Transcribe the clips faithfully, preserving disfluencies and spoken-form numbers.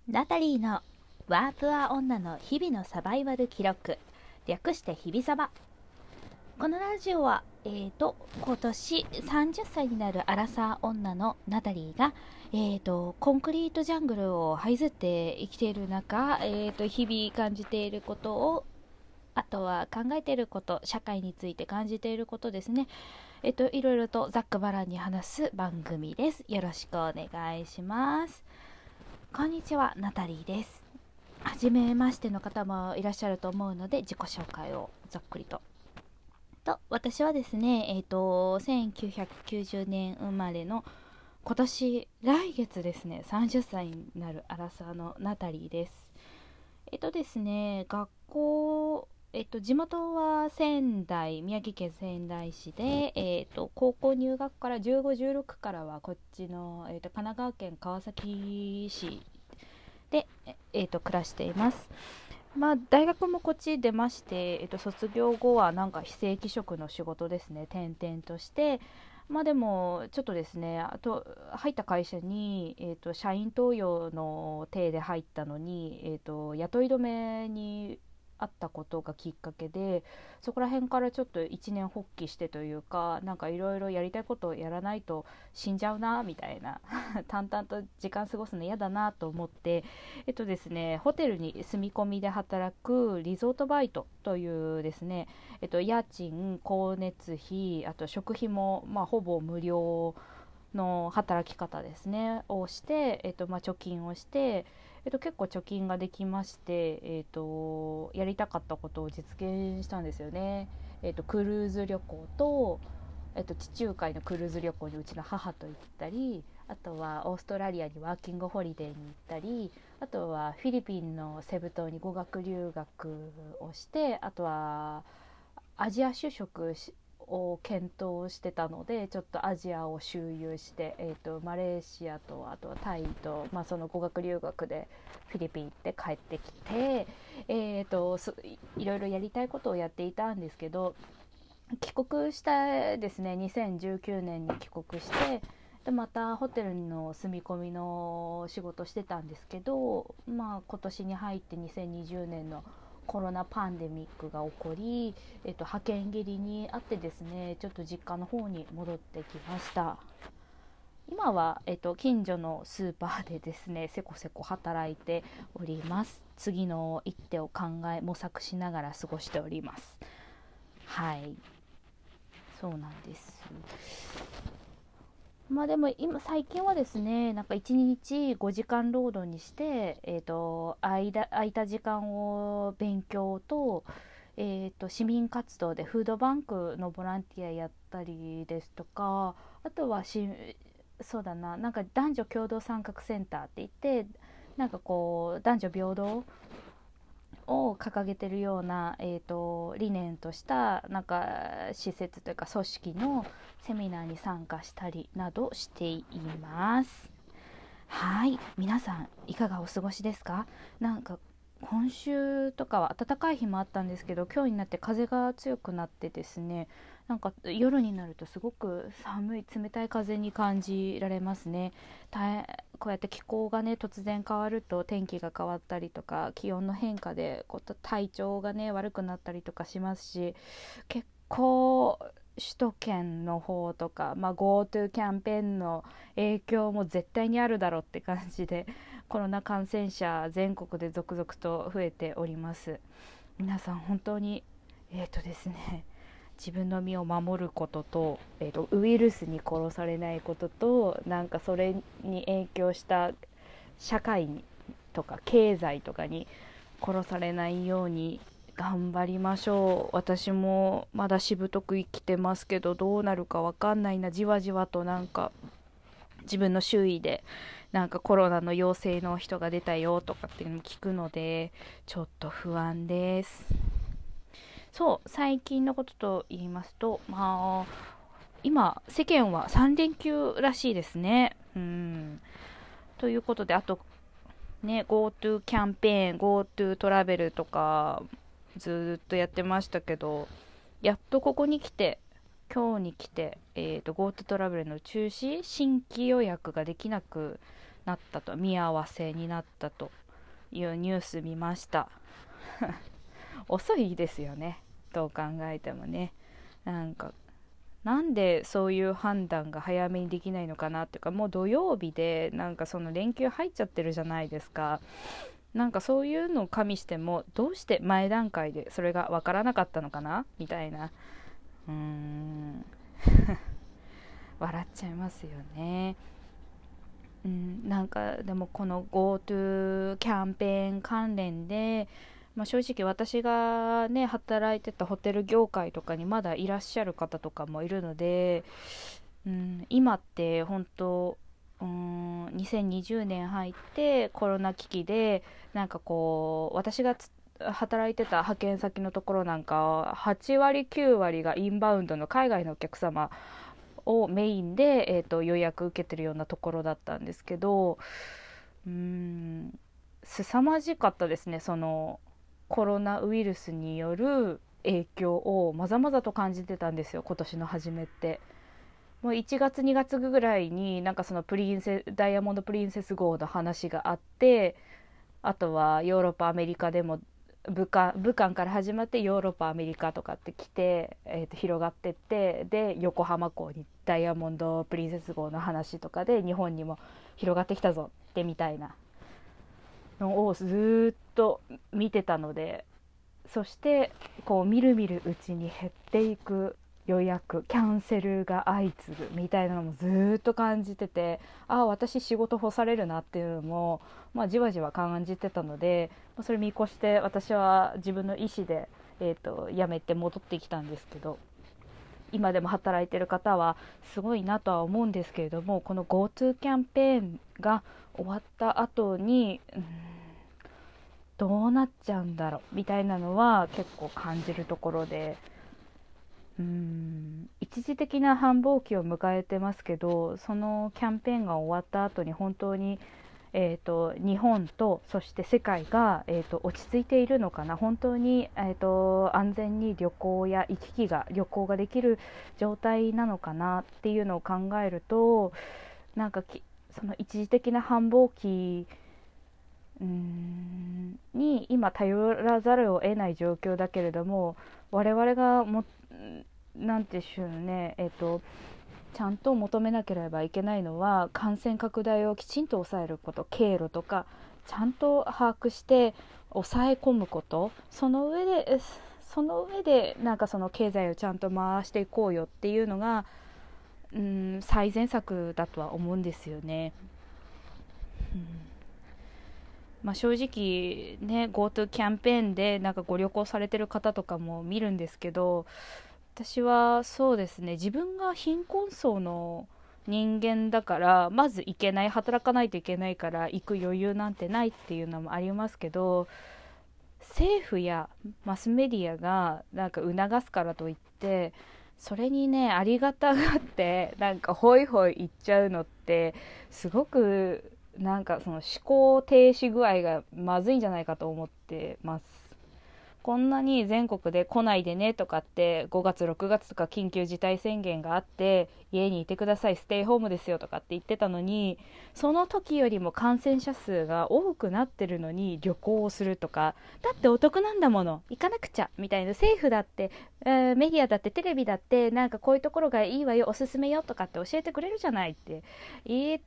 ナタリーのワープア女の日々のサバイバル記録、略して日々サバ。このラジオは、えーと、今年さんじゅっさいになるアラサー女のナタリーが、えーと、コンクリートジャングルを這いずって生きている中、えーと、日々感じていることを、あとは考えていること、社会について感じていることですね。えっと、いろいろとざっくばらんに話す番組です。よろしくお願いします。こんにちは、ナタリーです。はじめましての方もいらっしゃると思うので、自己紹介をざっくりと。と、私はですね、えっと、せんきゅうひゃくきゅうじゅうねん生まれの、今年、来月ですね、さんじゅっさいになるアラサーのナタリーです。えっとですね、学校、えっと、地元は仙台、宮城県仙台市で、えっと、高校入学からじゅうご、じゅうろくからはこっちの、えっと、神奈川県川崎市で、えっと、暮らしています。まあ、大学もこっち出まして、えっと、卒業後はなんか非正規職の仕事ですね、転々として、まあでもちょっとですね、あと入った会社に、えー、と社員登用の体で入ったのに、えー、と雇い止めにあったことがきっかけで、そこら辺からちょっと一年発起してというか、なんかいろいろやりたいことをやらないと死んじゃうなみたいな淡々と時間過ごすの嫌だなと思って、えっとですね、ホテルに住み込みで働くリゾートバイトというですね、えっと、家賃、光熱費、あと食費も、まあ、ほぼ無料の働き方ですねをして、えっとまあ、貯金をして、えっと、結構貯金ができまして、えっと、やりたかったことを実現したんですよね。えっと、クルーズ旅行と、えっと、地中海のクルーズ旅行にうちの母と行ったり、あとはオーストラリアにワーキングホリデーに行ったり、あとはフィリピンのセブ島に語学留学をして、あとはアジア就職を検討してたので、ちょっとアジアを周遊して、えー、とマレーシアとあとはタイと、まあ、その語学留学でフィリピン行って帰ってきて、えー、といろいろやりたいことをやっていたんですけど、帰国したですね、にせんじゅうきゅうねんに帰国して、でまたホテルの住み込みの仕事してたんですけど、まあ、今年に入ってにせんにじゅうねんのコロナパンデミックが起こり、えっと、派遣切りにあってですね、ちょっと実家の方に戻ってきました。今は、えっと、近所のスーパーでですね、せこせこ働いております。次の一手を考え模索しながら過ごしております。はい、そうなんです。まあでも今最近はですね、なんかいちにちごじかん労働にして、えー、と間空いた時間を勉強と、えー、と市民活動でフードバンクのボランティアやったりですとか、あとはしそうだな、なんか男女共同参画センターって言って、なんかこう男女平等を掲げてるような、えー、と理念としたなんか施設というか組織のセミナーに参加したりなどしています。はい、皆さんいかがお過ごしですか？なんか今週とかは暖かい日もあったんですけど、今日になって風が強くなってですね、なんか夜になるとすごく寒い冷たい風に感じられますね。こうやって気候がね突然変わると、天気が変わったりとか気温の変化でこう体調がね悪くなったりとかしますし、結構首都圏の方とか、まあ、GoTo キャンペーンの影響も絶対にあるだろうって感じで、コロナ感染者全国で続々と増えております。皆さん本当にえっ、ー、とですね自分の身を守ることと、えーと、ウイルスに殺されないことと、なんかそれに影響した社会にとか経済とかに殺されないように頑張りましょう。私もまだしぶとく生きてますけど、どうなるかわかんないな。じわじわとなんか自分の周囲でなんかコロナの陽性の人が出たよとかっていうのも聞くので、ちょっと不安です。そう最近のことと言いますと、まあ今世間はさん連休らしいですね。うんということで、あとね GoTo キャンペーン GoTo トラベルとかずっとやってましたけど、やっとここに来て今日に来て、えーと、GoTo トラベルの中止、新規予約ができなくなったと、見合わせになったというニュース見ました遅いですよね、どう考えてもね。なんかなんでそういう判断が早めにできないのかなっていうか、もう土曜日でなんかその連休入っちゃってるじゃないですか。なんかそういうのを加味してもどうして前段階でそれが分からなかったのかなみたいな、うーん笑っちゃいますよね。うん、なんかでもこの GoTo キャンペーン関連で、まあ、正直私がね働いてたホテル業界とかにまだいらっしゃる方とかもいるので、うん、今って本当、うん、にせんにじゅうねん入ってコロナ危機で、なんかこう私がつ働いてた派遣先のところなんかはちわりきゅうわりがインバウンドの海外のお客様をメインで、えーと、予約受けてるようなところだったんですけど、うーん凄まじかったですね。そのコロナウイルスによる影響をまざまざと感じてたんですよ、今年の初めって。もういちがつにがつぐらいになんかそのプリンセダイヤモンド・プリンセス号の話があって、あとはヨーロッパアメリカでも武漢、武漢から始まってヨーロッパアメリカとかって来て、えー、と広がってって、で横浜港にダイヤモンド・プリンセス号の話とかで日本にも広がってきたぞってみたいなのをずっと見てたので、そしてこうみるみるうちに減っていく予約キャンセルが相次ぐみたいなのもずっと感じてて、ああ私仕事干されるなっていうのも、まあ、じわじわ感じてたので、それ見越して私は自分の意思で、えーと、辞めて戻ってきたんですけど、今でも働いてる方はすごいなとは思うんですけれども、この GoTo キャンペーンが終わった後にうーんどうなっちゃうんだろうみたいなのは結構感じるところで、うーん一時的な繁忙期を迎えてますけど、そのキャンペーンが終わった後に本当に、えーと、日本とそして世界が、えーと、落ち着いているのかな、本当に、えーと、安全に旅行や行き来が旅行ができる状態なのかなっていうのを考えると、なんかきその一時的な繁忙期うーんに今頼らざるを得ない状況だけれども、我々がもなんていうんでしょうね、えっとちゃんと求めなければいけないのは感染拡大をきちんと抑えること、経路とかちゃんと把握して抑え込むこと、その上でその上でなんかその経済をちゃんと回していこうよっていうのがうん最善策だとは思うんですよね。うんまあ、正直ね GoTo キャンペーンでなんかご旅行されてる方とかも見るんですけど、私はそうですね、自分が貧困層の人間だからまず行けない、働かないといけないから行く余裕なんてないっていうのもありますけど、政府やマスメディアがなんか促すからといってそれにねありがたがってなんかホイホイ言っちゃうのってすごくなんかその思考停止具合がまずいんじゃないかと思ってます。こんなに全国で来ないでねとかってごがつろくがつとか緊急事態宣言があって家にいてくださいステイホームですよとかって言ってたのに、その時よりも感染者数が多くなってるのに旅行をするとか、だってお得なんだもの行かなくちゃみたいな、政府だって、えー、メディアだってテレビだってなんかこういうところがいいわよおすすめよとかって教えてくれるじゃないって言って、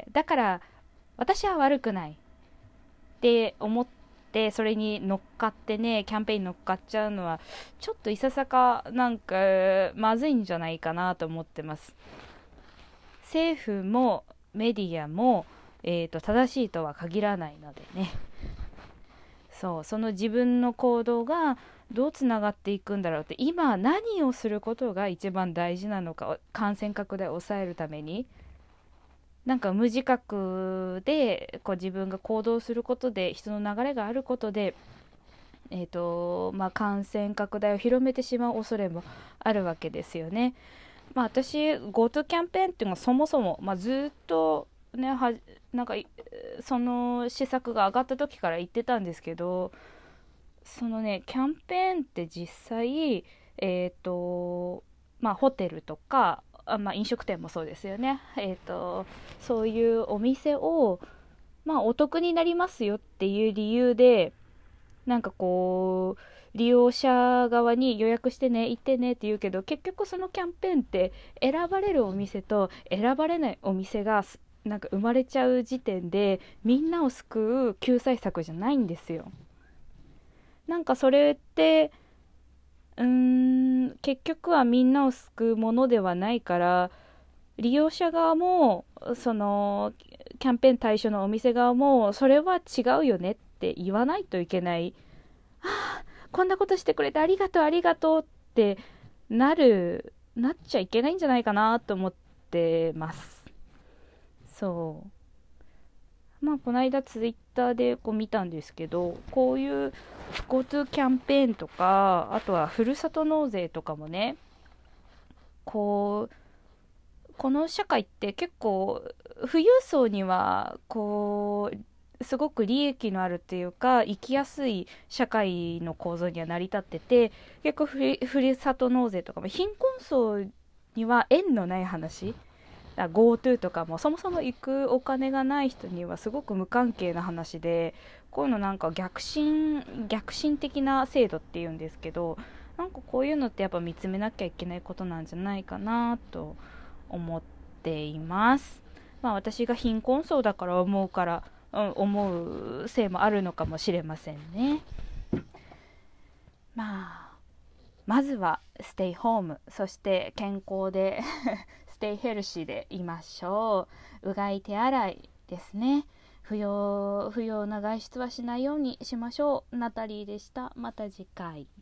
だから私は悪くないって思ってそれに乗っかってねキャンペーンに乗っかっちゃうのはちょっといささかなんかまずいんじゃないかなと思ってます。政府もメディアも、えーと、正しいとは限らないのでね、そうその自分の行動がどうつながっていくんだろうって、今何をすることが一番大事なのか、感染拡大を抑えるためになんか無自覚でこう自分が行動することで人の流れがあることで、えーとまあ、感染拡大を広めてしまう恐れもあるわけですよね。まあ、私 GoTo キャンペーンっていうのはそもそも、まあ、ずっとねはなんかその施策が上がった時から言ってたんですけど、そのねキャンペーンって実際えっ、ー、とまあホテルとかあ、まあ、飲食店もそうですよね、えーと、そういうお店を、まあ、お得になりますよっていう理由でなんかこう利用者側に予約してね行ってねって言うけど、結局そのキャンペーンって選ばれるお店と選ばれないお店がなんか生まれちゃう時点でみんなを救う救済策じゃないんですよ。なんかそれってうーん結局はみんなを救うものではないから、利用者側もそのキャンペーン対象のお店側もそれは違うよねって言わないといけない。ああこんなことしてくれてありがとうありがとうってなるなっちゃいけないんじゃないかなと思ってます。そうまあこの間ツイッターでこう見たんですけど、こういう GoTo キャンペーンとか、あとはふるさと納税とかもね、こうこの社会って結構富裕層にはこうすごく利益のあるっていうか生きやすい社会の構造には成り立ってて、結構ふるさと納税とかも貧困層には縁のない話だ。 GoTo とかもそもそも行くお金がない人にはすごく無関係な話で、こういうのなんか逆進逆進的な制度っていうんですけど、なんかこういうのってやっぱ見つめなきゃいけないことなんじゃないかなと思っています。まあ私が貧困層だから思うから、うん、思うせいもあるのかもしれませんね。まあまずはステイホーム、そして健康でステイヘルシーでいましょう。うがい手洗いですね。不要不要な外出はしないようにしましょう。ナタリーでした。また次回。